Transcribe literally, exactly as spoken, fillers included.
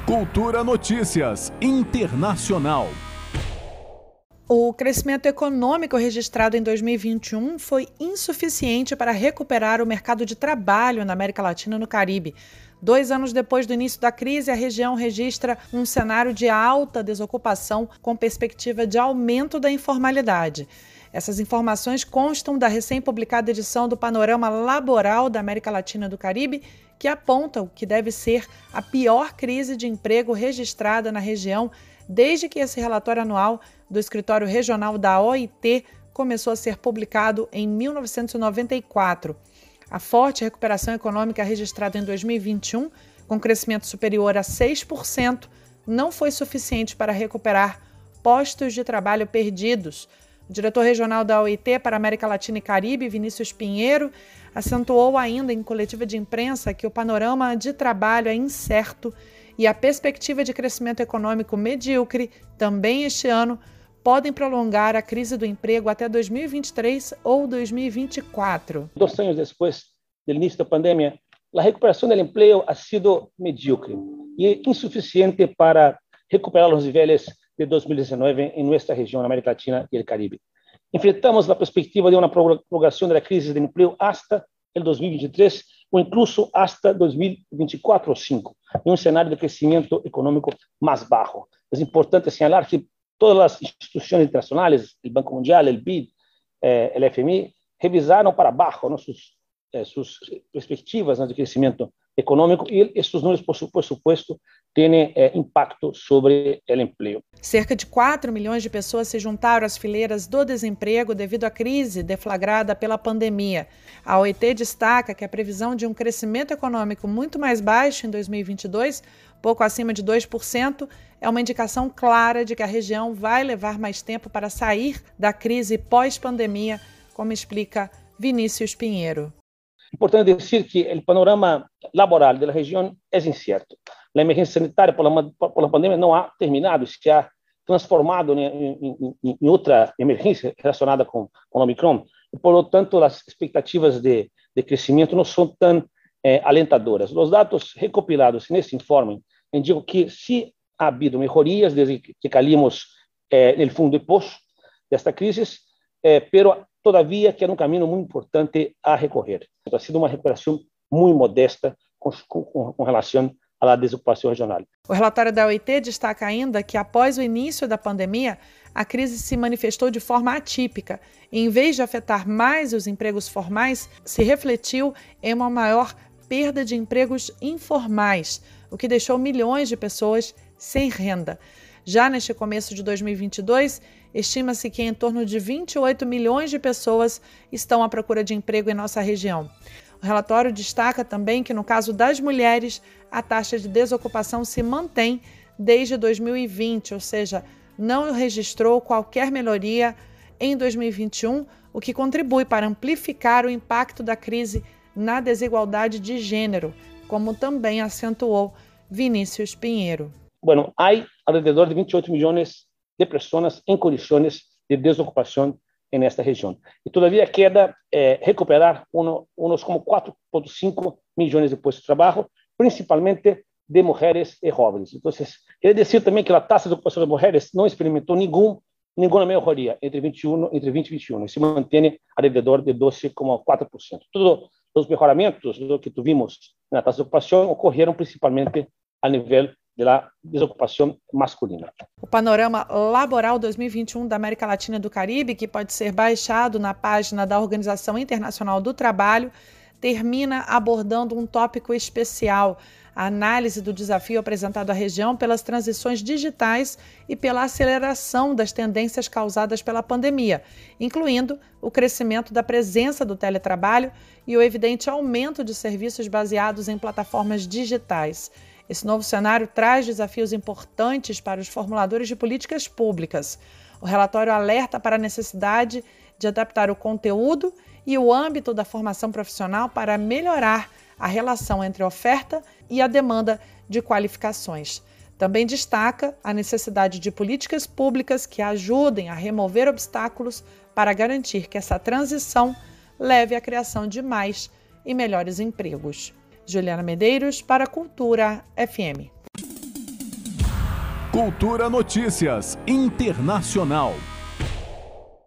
Cultura Notícias Internacional. O crescimento econômico registrado em dois mil e vinte e um foi insuficiente para recuperar o mercado de trabalho na América Latina e no Caribe. Dois anos depois do início da crise, a região registra um cenário de alta desocupação com perspectiva de aumento da informalidade. Essas informações constam da recém-publicada edição do Panorama Laboral da América Latina e do Caribe, que apontam que deve ser a pior crise de emprego registrada na região desde que esse relatório anual do Escritório Regional da O I T começou a ser publicado em mil novecentos e noventa e quatro. A forte recuperação econômica registrada em dois mil e vinte e um, com crescimento superior a seis por cento, não foi suficiente para recuperar postos de trabalho perdidos. O diretor regional da O I T para a América Latina e Caribe, Vinícius Pinheiro, acentuou ainda em coletiva de imprensa que o panorama de trabalho é incerto e a perspectiva de crescimento econômico medíocre, também este ano, podem prolongar a crise do emprego até dois mil e vinte e três ou dois mil e vinte e quatro. Dois anos depois do início da pandemia, a recuperação do emprego ha sido medíocre e insuficiente para recuperar os níveis de dois mil e dezenove em nossa região, na América Latina e o Caribe. Enfrentamos a perspectiva de uma prorrogação da crise do emprego hasta el dois mil e vinte e três ou incluso hasta dois mil e vinte e quatro ou dois mil e vinte e cinco, em um cenário de crescimento econômico mais baixo. É importante assinalar que todas as instituições internacionais, o Banco Mundial, o B I D, eh, o F M I, revisaram para baixo né, suas, eh, suas perspectivas né, de crescimento econômico e esses números, por, por supuesto, têm eh, impacto sobre o emprego. Cerca de quatro milhões de pessoas se juntaram às fileiras do desemprego devido à crise deflagrada pela pandemia. A O I T destaca que a previsão de um crescimento econômico muito mais baixo em dois mil e vinte e dois, pouco acima de dois por cento, é uma indicação clara de que a região vai levar mais tempo para sair da crise pós-pandemia, como explica Vinícius Pinheiro. Importante dizer que o panorama laboral da região é incerto. A emergência sanitária pela pandemia não ha terminado, se ha transformado em, em, em outra emergência relacionada com, com o Omicron. E, por lo tanto, as expectativas de, de crescimento não são tão eh, alentadoras. Os dados recopilados nesse informe indicam que se ha havido melhorias desde que caímos eh, no fundo de poço desta crise, eh, pero todavia que é um caminho muito importante a recorrer. Ha sido uma recuperação muito modesta com, com, com relação à desocupação regional. O relatório da O I T destaca ainda que, após o início da pandemia, a crise se manifestou de forma atípica e, em vez de afetar mais os empregos formais, se refletiu em uma maior perda de empregos informais, o que deixou milhões de pessoas sem renda. Já neste começo de dois mil e vinte e dois, estima-se que em torno de vinte e oito milhões de pessoas estão à procura de emprego em nossa região. O relatório destaca também que, no caso das mulheres, a taxa de desocupação se mantém desde dois mil e vinte, ou seja, não registrou qualquer melhoria em dois mil e vinte e um, o que contribui para amplificar o impacto da crise na desigualdade de gênero, como também acentuou Vinícius Pinheiro. Bueno, há alrededor de vinte e oito milhões de pessoas em condições de desocupação nesta região. E todavia queda eh, recuperar uno, uns como quatro vírgula cinco milhões de postos de trabalho, principalmente de mulheres e jovens. Então, quer dizer também que a taxa de ocupação de mulheres não experimentou nenhum, nenhuma melhoria entre vinte e um, entre vinte e vinte e um, e se mantém alrededor de doze vírgula quatro por cento. Todos os melhoramentos que tivemos na taxa de ocupação ocorreram principalmente a nível da desocupação masculina. O Panorama Laboral dois mil e vinte e um da América Latina e do Caribe, que pode ser baixado na página da Organização Internacional do Trabalho, termina abordando um tópico especial, a análise do desafio apresentado à região pelas transições digitais e pela aceleração das tendências causadas pela pandemia, incluindo o crescimento da presença do teletrabalho e o evidente aumento de serviços baseados em plataformas digitais. Esse novo cenário traz desafios importantes para os formuladores de políticas públicas. O relatório alerta para a necessidade de adaptar o conteúdo e o âmbito da formação profissional para melhorar a relação entre a oferta e a demanda de qualificações. Também destaca a necessidade de políticas públicas que ajudem a remover obstáculos para garantir que essa transição leve à criação de mais e melhores empregos. Juliana Medeiros para a Cultura F M. Cultura Notícias Internacional.